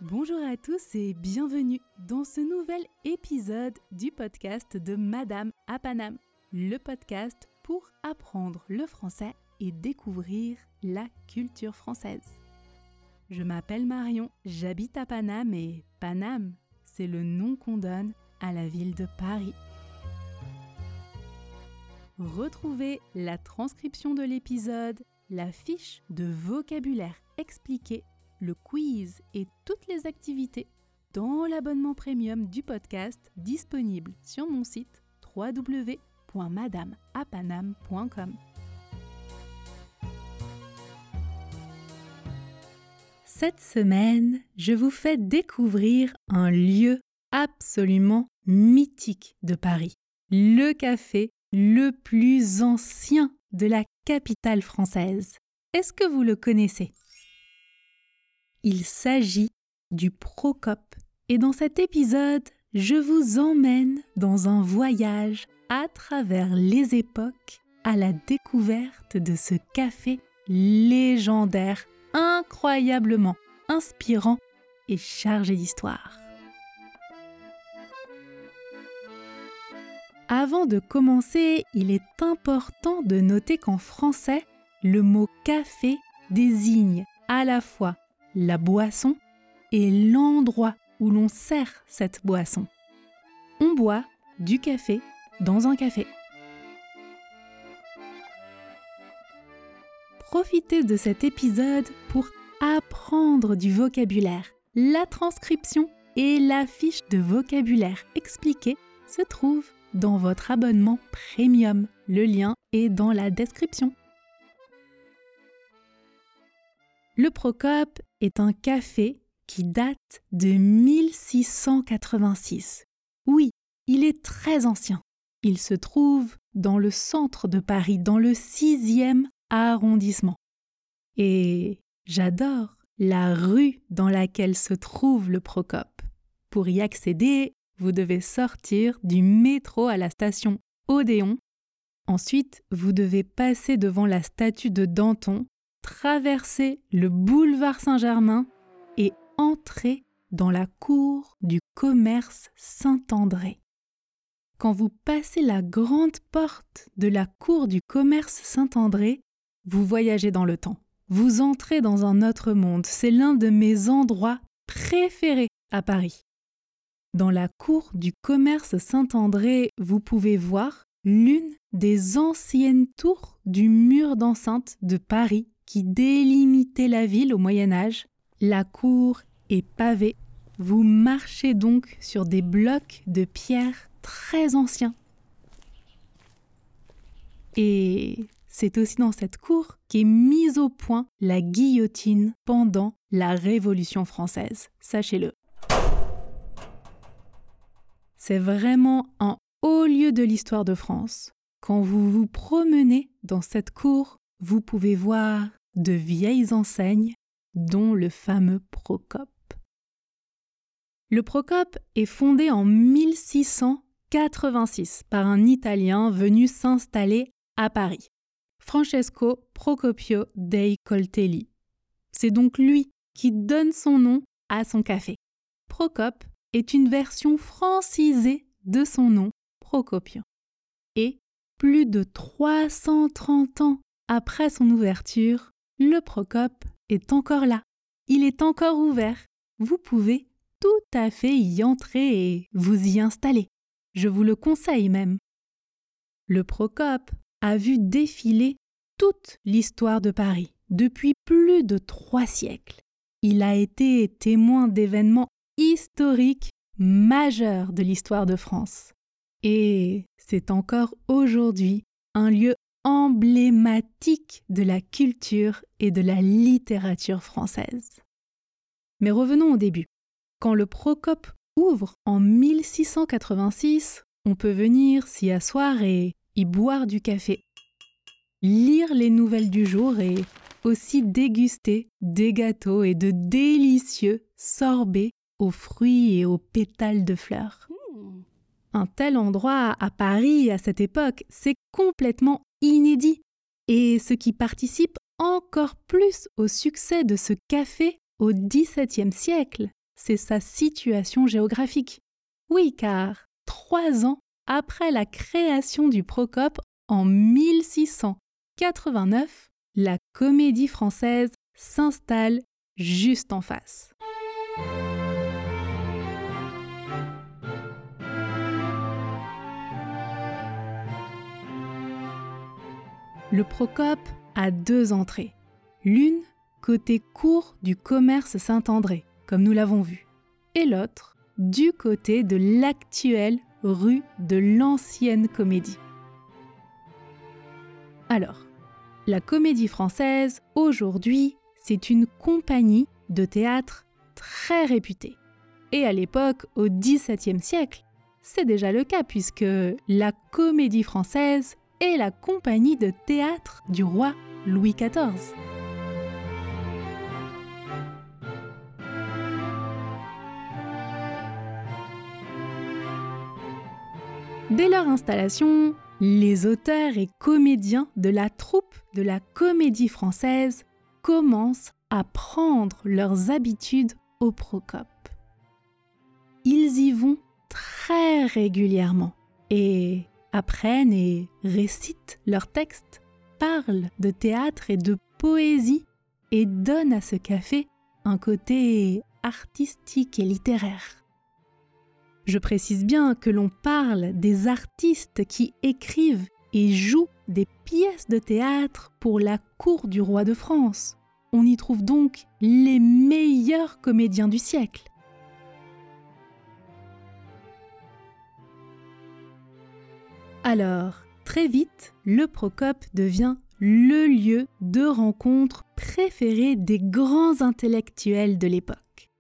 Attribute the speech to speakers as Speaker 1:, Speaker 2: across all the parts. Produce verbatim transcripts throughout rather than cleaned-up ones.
Speaker 1: Bonjour à tous et bienvenue dans ce nouvel épisode du podcast de Madame à Paname, le podcast pour apprendre le français et découvrir la culture française. Je m'appelle Marion, j'habite à Paname et Paname, c'est le nom qu'on donne à la ville de Paris. Retrouvez la transcription de l'épisode, la fiche de vocabulaire expliquée, le quiz et toutes les activités dans l'abonnement premium du podcast disponible sur mon site w w w point madame à paname point com. Cette semaine, je vous fais découvrir un lieu absolument mythique de Paris, le café le plus ancien de la capitale française. Est-ce que vous le connaissez ? Il s'agit du Procope. Et dans cet épisode, je vous emmène dans un voyage à travers les époques à la découverte de ce café légendaire, incroyablement inspirant et chargé d'histoire. Avant de commencer, il est important de noter qu'en français, le mot café désigne à la fois la boisson et l'endroit où l'on sert cette boisson. On boit du café dans un café. Profitez de cet épisode pour apprendre du vocabulaire. La transcription et la fiche de vocabulaire expliquée se trouvent dans votre abonnement premium. Le lien est dans la description. Le Procope est un café qui date de mille six cent quatre-vingt-six. Oui, il est très ancien. Il se trouve dans le centre de Paris, dans le sixième arrondissement. Et j'adore la rue dans laquelle se trouve le Procope. Pour y accéder, vous devez sortir du métro à la station Odéon. Ensuite, vous devez passer devant la statue de Danton, traverser le boulevard Saint-Germain et entrer dans la cour du commerce Saint-André. Quand vous passez la grande porte de la cour du commerce Saint-André, vous voyagez dans le temps. Vous entrez dans un autre monde. C'est l'un de mes endroits préférés à Paris. Dans la cour du commerce Saint-André, vous pouvez voir l'une des anciennes tours du mur d'enceinte de Paris qui délimitait la ville au Moyen-Âge. La cour est pavée. Vous marchez donc sur des blocs de pierre très anciens. Et c'est aussi dans cette cour qu'est mise au point la guillotine pendant la Révolution française. Sachez-le. C'est vraiment un haut lieu de l'histoire de France. Quand vous vous promenez dans cette cour, vous pouvez voir de vieilles enseignes, dont le fameux Procope. Le Procope est fondé en mille six cent quatre-vingt-six par un Italien venu s'installer à Paris, Francesco Procopio dei Coltelli. C'est donc lui qui donne son nom à son café. Procope est une version francisée de son nom, Procopio. Et plus de trois cent trente ans après son ouverture, le Procope est encore là. Il est encore ouvert. Vous pouvez tout à fait y entrer et vous y installer. Je vous le conseille même. Le Procope a vu défiler toute l'histoire de Paris depuis plus de trois siècles. Il a été témoin d'événements historiques majeurs de l'histoire de France. Et c'est encore aujourd'hui un lieu emblématique de la culture et de la littérature française. Mais revenons au début. Quand le Procope ouvre en mille six cent quatre-vingt-six, on peut venir s'y asseoir et y boire du café, lire les nouvelles du jour et aussi déguster des gâteaux et de délicieux sorbets aux fruits et aux pétales de fleurs. Un tel endroit à Paris à cette époque, c'est complètement inédit. Et ce qui participe encore plus au succès de ce café au dix-septième siècle, c'est sa situation géographique. Oui, car trois ans après la création du Procope en mille six cent quatre-vingt-neuf, la Comédie Française s'installe juste en face. Le Procope a deux entrées. L'une côté cour du commerce Saint-André, comme nous l'avons vu, et l'autre du côté de l'actuelle rue de l'Ancienne Comédie. Alors, la Comédie Française, aujourd'hui, c'est une compagnie de théâtre très réputée. Et à l'époque, au dix-septième siècle, c'est déjà le cas puisque la Comédie Française est la compagnie de théâtre du roi Louis quatorze. Dès leur installation, les auteurs et comédiens de la troupe de la Comédie Française commencent à prendre leurs habitudes au Procope. Ils y vont très régulièrement et apprennent et récitent leurs textes, parlent de théâtre et de poésie et donnent à ce café un côté artistique et littéraire. Je précise bien que l'on parle des artistes qui écrivent et jouent des pièces de théâtre pour la cour du roi de France. On y trouve donc les meilleurs comédiens du siècle. Alors, très vite, le Procope devient le lieu de rencontre préféré des grands intellectuels de l'époque.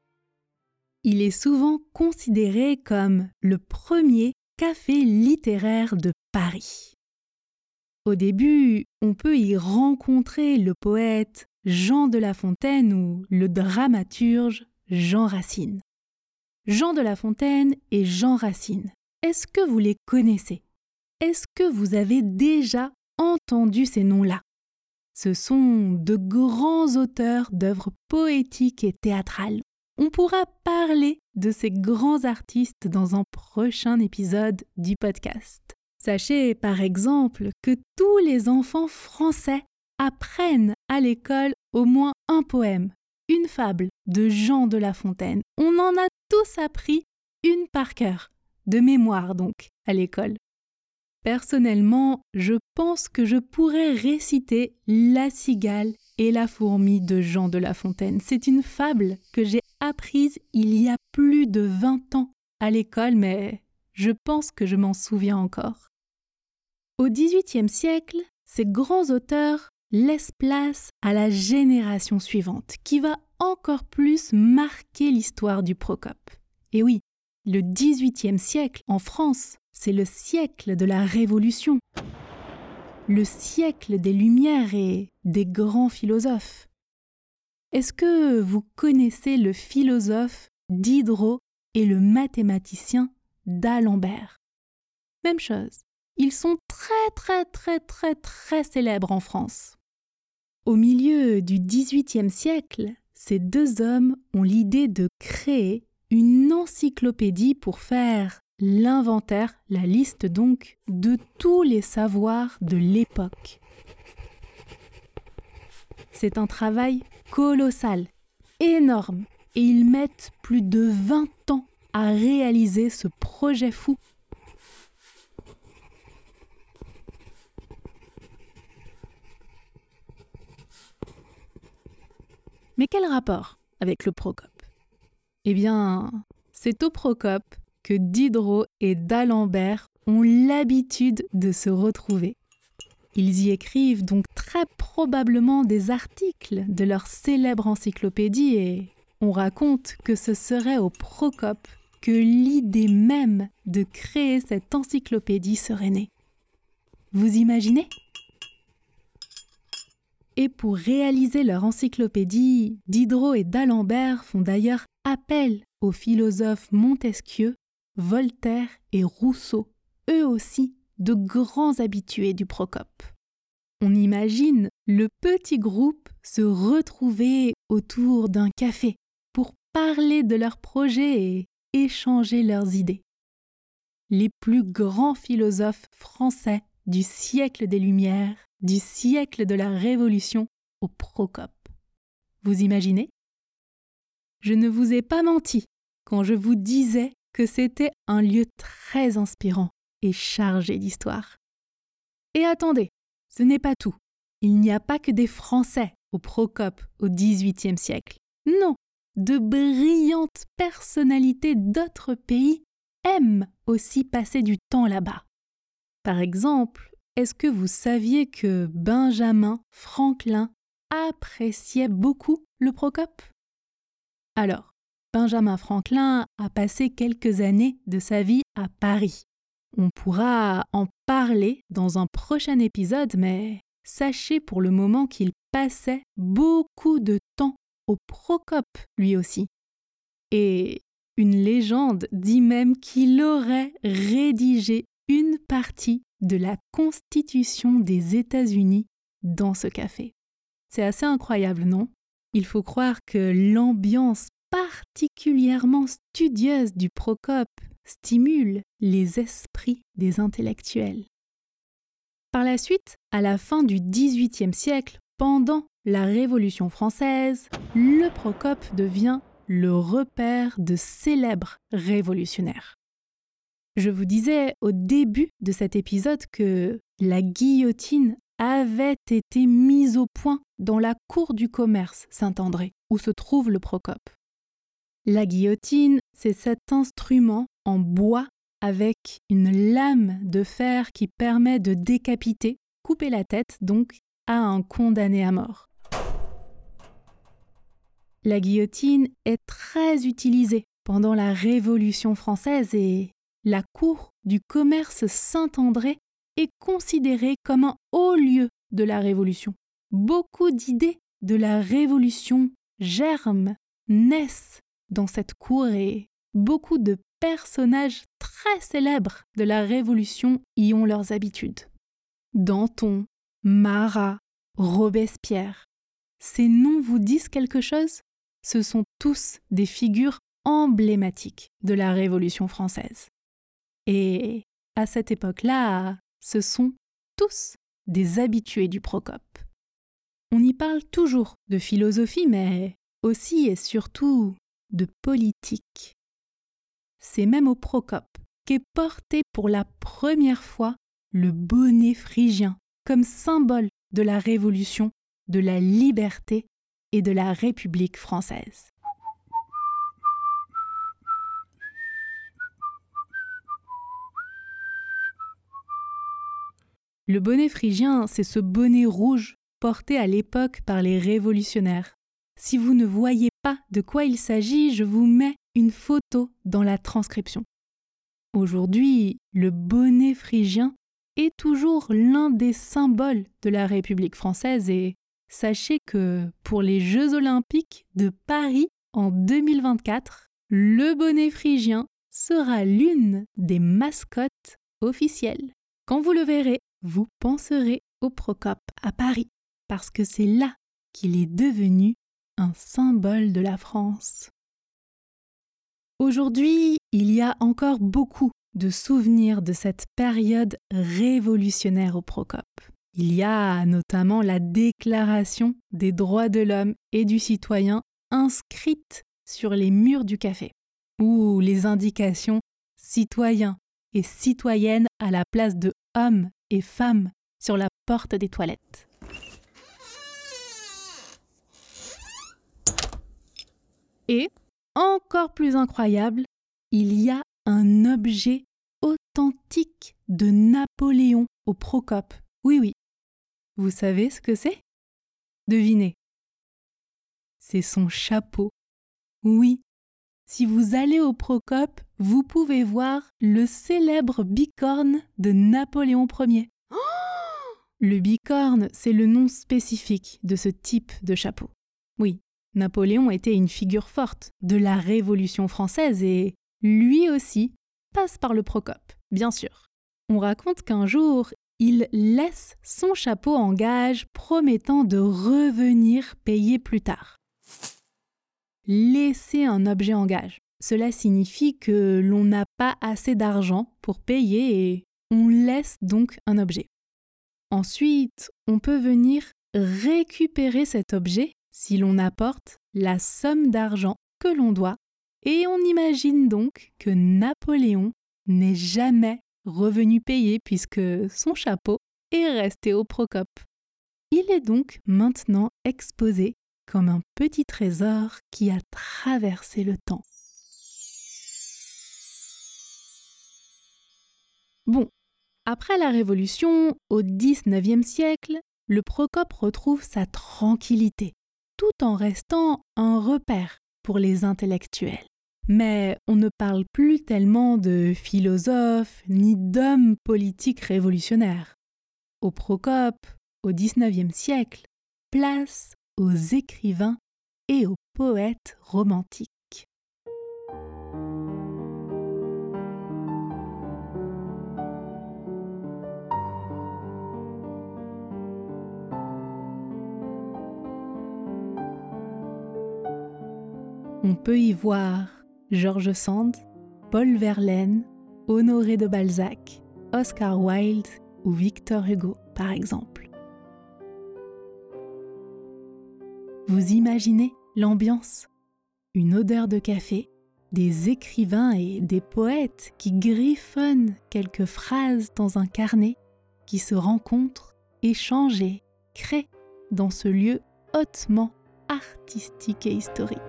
Speaker 1: Il est souvent considéré comme le premier café littéraire de Paris. Au début, on peut y rencontrer le poète Jean de La Fontaine ou le dramaturge Jean Racine. Jean de La Fontaine et Jean Racine, est-ce que vous les connaissez ? Est-ce que vous avez déjà entendu ces noms-là ? Ce sont de grands auteurs d'œuvres poétiques et théâtrales. On pourra parler de ces grands artistes dans un prochain épisode du podcast. Sachez par exemple que tous les enfants français apprennent à l'école au moins un poème, une fable de Jean de La Fontaine. On en a tous appris une par cœur, de mémoire donc, à l'école. Personnellement, je pense que je pourrais réciter La cigale et la fourmi de Jean de La Fontaine. C'est une fable que j'ai apprise il y a plus de vingt ans à l'école, mais je pense que je m'en souviens encore. Au dix-huitième siècle, ces grands auteurs laissent place à la génération suivante, qui va encore plus marquer l'histoire du Procope. Et oui, le dix-huitième siècle en France, c'est le siècle de la Révolution, le siècle des Lumières et des grands philosophes. Est-ce que vous connaissez le philosophe Diderot et le mathématicien d'Alembert ? Même chose, ils sont très très très très très célèbres en France. Au milieu du dix-huitième siècle, ces deux hommes ont l'idée de créer une encyclopédie pour faire l'inventaire, la liste donc, de tous les savoirs de l'époque. C'est un travail colossal, énorme, et ils mettent plus de vingt ans à réaliser ce projet fou. Mais quel rapport avec le Procope ? Eh bien, c'est au Procope que Diderot et d'Alembert ont l'habitude de se retrouver. Ils y écrivent donc très probablement des articles de leur célèbre encyclopédie et on raconte que ce serait au Procope que l'idée même de créer cette encyclopédie serait née. Vous imaginez ? Et pour réaliser leur encyclopédie, Diderot et d'Alembert font d'ailleurs appel aux philosophes Montesquieu, Voltaire et Rousseau, eux aussi de grands habitués du Procope. On imagine le petit groupe se retrouver autour d'un café pour parler de leurs projets et échanger leurs idées. Les plus grands philosophes français du siècle des Lumières, du siècle de la Révolution au Procope. Vous imaginez ? Je ne vous ai pas menti quand je vous disais que c'était un lieu très inspirant et chargé d'histoire. Et attendez, ce n'est pas tout. Il n'y a pas que des Français au Procope au dix-huitième siècle. Non, de brillantes personnalités d'autres pays aiment aussi passer du temps là-bas. Par exemple, est-ce que vous saviez que Benjamin Franklin appréciait beaucoup le Procope ? Alors, Benjamin Franklin a passé quelques années de sa vie à Paris. On pourra en parler dans un prochain épisode, mais sachez pour le moment qu'il passait beaucoup de temps au Procope lui aussi. Et une légende dit même qu'il aurait rédigé une partie de la Constitution des États-Unis dans ce café. C'est assez incroyable, non ? Il faut croire que l'ambiance particulièrement studieuse du Procope stimule les esprits des intellectuels. Par la suite, à la fin du dix-huitième siècle, pendant la Révolution française, le Procope devient le repère de célèbres révolutionnaires. Je vous disais au début de cet épisode que la guillotine avait été mise au point dans la cour du commerce Saint-André, où se trouve le Procope. La guillotine, c'est cet instrument en bois avec une lame de fer qui permet de décapiter, couper la tête donc, à un condamné à mort. La guillotine est très utilisée pendant la Révolution française et la cour du commerce Saint-André est considérée comme un haut lieu de la Révolution. Beaucoup d'idées de la Révolution germent, naissent dans cette cour et beaucoup de personnages très célèbres de la Révolution y ont leurs habitudes. Danton, Marat, Robespierre. Ces noms vous disent quelque chose ? Ce sont tous des figures emblématiques de la Révolution française. Et à cette époque-là, ce sont tous des habitués du Procope. On y parle toujours de philosophie, mais aussi et surtout de politique. C'est même au Procope qu'est porté pour la première fois le bonnet phrygien comme symbole de la Révolution, de la liberté et de la République française. Le bonnet phrygien, c'est ce bonnet rouge porté à l'époque par les révolutionnaires. Si vous ne voyez pas de quoi il s'agit, je vous mets une photo dans la transcription. Aujourd'hui, le bonnet phrygien est toujours l'un des symboles de la République française et sachez que pour les Jeux Olympiques de Paris en deux mille vingt-quatre, le bonnet phrygien sera l'une des mascottes officielles. Quand vous le verrez, vous penserez au Procope à Paris, parce que c'est là qu'il est devenu un symbole de la France. Aujourd'hui, il y a encore beaucoup de souvenirs de cette période révolutionnaire au Procope. Il y a notamment la Déclaration des droits de l'homme et du citoyen inscrite sur les murs du café, ou les indications « citoyens » et « citoyennes » à la place de « hommes » et « femmes » sur la porte des toilettes. Et, encore plus incroyable, il y a un objet authentique de Napoléon au Procope. Oui, oui. Vous savez ce que c'est ? Devinez. C'est son chapeau. Oui. Si vous allez au Procope, vous pouvez voir le célèbre bicorne de Napoléon Ier. Le bicorne, c'est le nom spécifique de ce type de chapeau. Oui, Napoléon était une figure forte de la Révolution française et lui aussi passe par le Procope, bien sûr. On raconte qu'un jour, il laisse son chapeau en gage promettant de revenir payer plus tard. laisser un objet en gage. Cela signifie que l'on n'a pas assez d'argent pour payer et on laisse donc un objet. Ensuite, on peut venir récupérer cet objet si l'on apporte la somme d'argent que l'on doit, et on imagine donc que Napoléon n'est jamais revenu payer puisque son chapeau est resté au Procope. Il est donc maintenant exposé comme un petit trésor qui a traversé le temps. Bon, après la Révolution, au dix-neuvième siècle, le Procope retrouve sa tranquillité, tout en restant un repère pour les intellectuels. Mais on ne parle plus tellement de philosophes ni d'hommes politiques révolutionnaires. Au Procope, au dix-neuvième siècle, place aux écrivains et aux poètes romantiques. On peut y voir George Sand, Paul Verlaine, Honoré de Balzac, Oscar Wilde ou Victor Hugo, par exemple. Vous imaginez l'ambiance? Une odeur de café, des écrivains et des poètes qui griffonnent quelques phrases dans un carnet, qui se rencontrent, échangent et créent dans ce lieu hautement artistique et historique.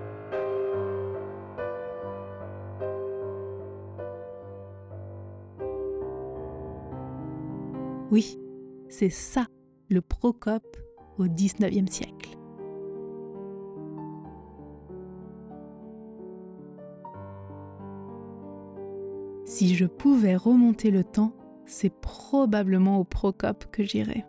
Speaker 1: Oui, c'est ça, le Procope au dix-neuvième siècle. Si je pouvais remonter le temps, c'est probablement au Procope que j'irais.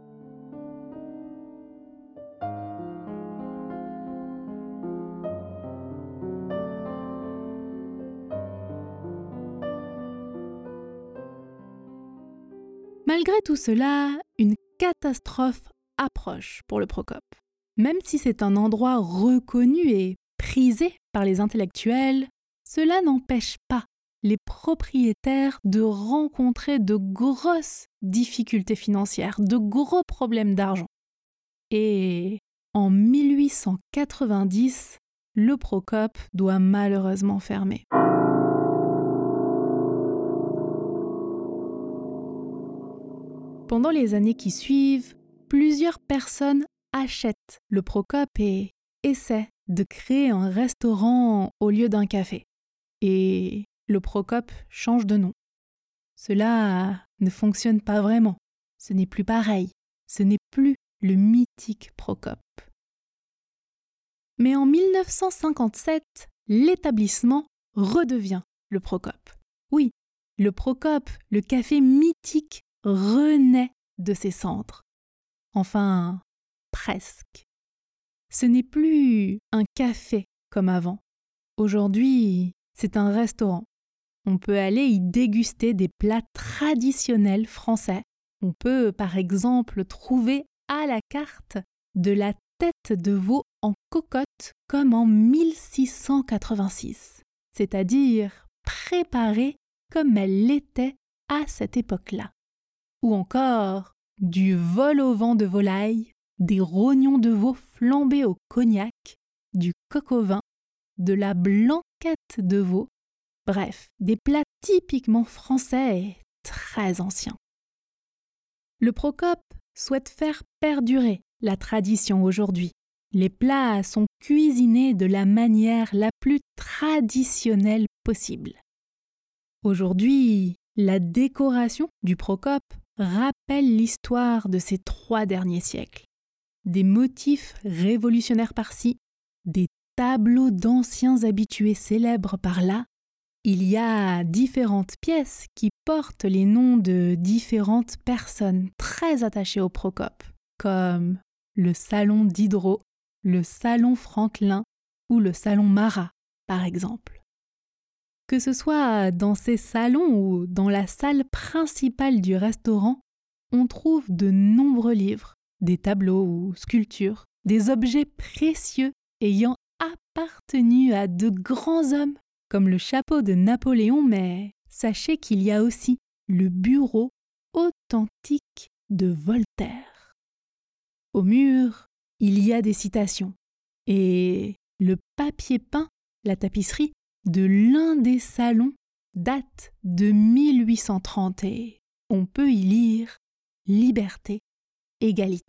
Speaker 1: Malgré tout cela, une catastrophe approche pour le Procope. Même si c'est un endroit reconnu et prisé par les intellectuels, cela n'empêche pas les propriétaires de rencontrer de grosses difficultés financières, de gros problèmes d'argent. Et en mille huit cent quatre-vingt-dix, le Procope doit malheureusement fermer. Pendant les années qui suivent, plusieurs personnes achètent le Procope et essaient de créer un restaurant au lieu d'un café. Et le Procope change de nom. Cela ne fonctionne pas vraiment. Ce n'est plus pareil. Ce n'est plus le mythique Procope. Mais en mille neuf cent cinquante-sept, l'établissement redevient le Procope. Oui, le Procope, le café mythique, renaît de ses cendres. Enfin, presque. Ce n'est plus un café comme avant. Aujourd'hui, c'est un restaurant. On peut aller y déguster des plats traditionnels français. On peut, par exemple, trouver à la carte de la tête de veau en cocotte comme en mille six cent quatre-vingt-six, c'est-à-dire préparée comme elle l'était à cette époque-là. Ou encore du vol au vent de volaille, des rognons de veau flambés au cognac, du coq au vin, de la blanquette de veau, bref, des plats typiquement français et très anciens. Le Procope souhaite faire perdurer la tradition aujourd'hui. Les plats sont cuisinés de la manière la plus traditionnelle possible. Aujourd'hui, la décoration du Procope rappelle l'histoire de ces trois derniers siècles. Des motifs révolutionnaires par-ci, des tableaux d'anciens habitués célèbres par-là. Il y a différentes pièces qui portent les noms de différentes personnes très attachées au Procope, comme le salon Diderot, le salon Franklin ou le salon Marat, par exemple. Que ce soit dans ces salons ou dans la salle principale du restaurant, on trouve de nombreux livres, des tableaux ou sculptures, des objets précieux ayant appartenu à de grands hommes, comme le chapeau de Napoléon, mais sachez qu'il y a aussi le bureau authentique de Voltaire. Au mur, il y a des citations, et le papier peint, la tapisserie, de l'un des salons date de mille huit cent trente et on peut y lire « Liberté, égalité ».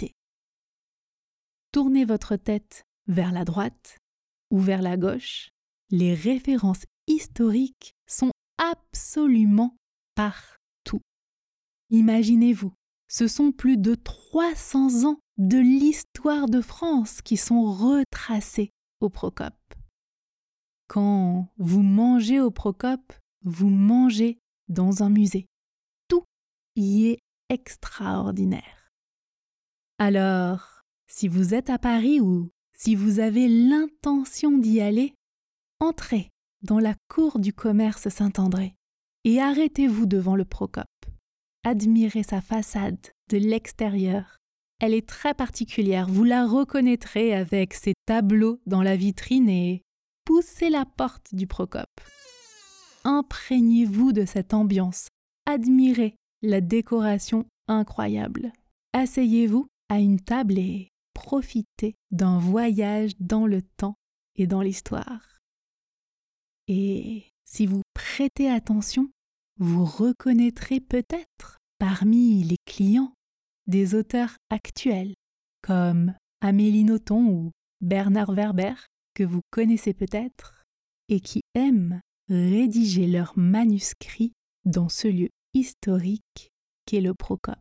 Speaker 1: Tournez votre tête vers la droite ou vers la gauche, les références historiques sont absolument partout. Imaginez-vous, ce sont plus de trois cents ans de l'histoire de France qui sont retracés au Procope. Quand vous mangez au Procope, vous mangez dans un musée. Tout y est extraordinaire. Alors, si vous êtes à Paris ou si vous avez l'intention d'y aller, entrez dans la cour du commerce Saint-André et arrêtez-vous devant le Procope. Admirez sa façade de l'extérieur. Elle est très particulière, vous la reconnaîtrez avec ses tableaux dans la vitrine et poussez la porte du Procope. Imprégnez-vous de cette ambiance, admirez la décoration incroyable. Asseyez-vous à une table et profitez d'un voyage dans le temps et dans l'histoire. Et si vous prêtez attention, vous reconnaîtrez peut-être parmi les clients des auteurs actuels comme Amélie Nothomb ou Bernard Werber que vous connaissez peut-être et qui aiment rédiger leurs manuscrits dans ce lieu historique qu'est le Procope.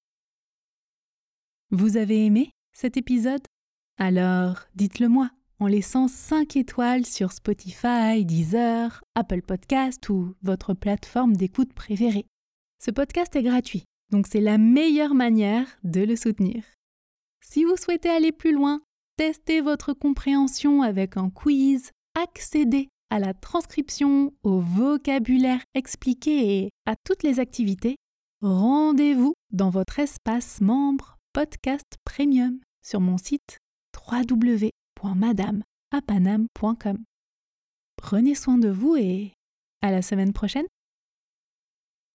Speaker 1: Vous avez aimé cet épisode ? Alors dites-le moi en laissant cinq étoiles sur Spotify, Deezer, Apple Podcast ou votre plateforme d'écoute préférée. Ce podcast est gratuit, donc c'est la meilleure manière de le soutenir. Si vous souhaitez aller plus loin, tester votre compréhension avec un quiz, accéder à la transcription, au vocabulaire expliqué et à toutes les activités, rendez-vous dans votre espace membre Podcast Premium sur mon site w w w point madame à paname point com. Prenez soin de vous et à la semaine prochaine.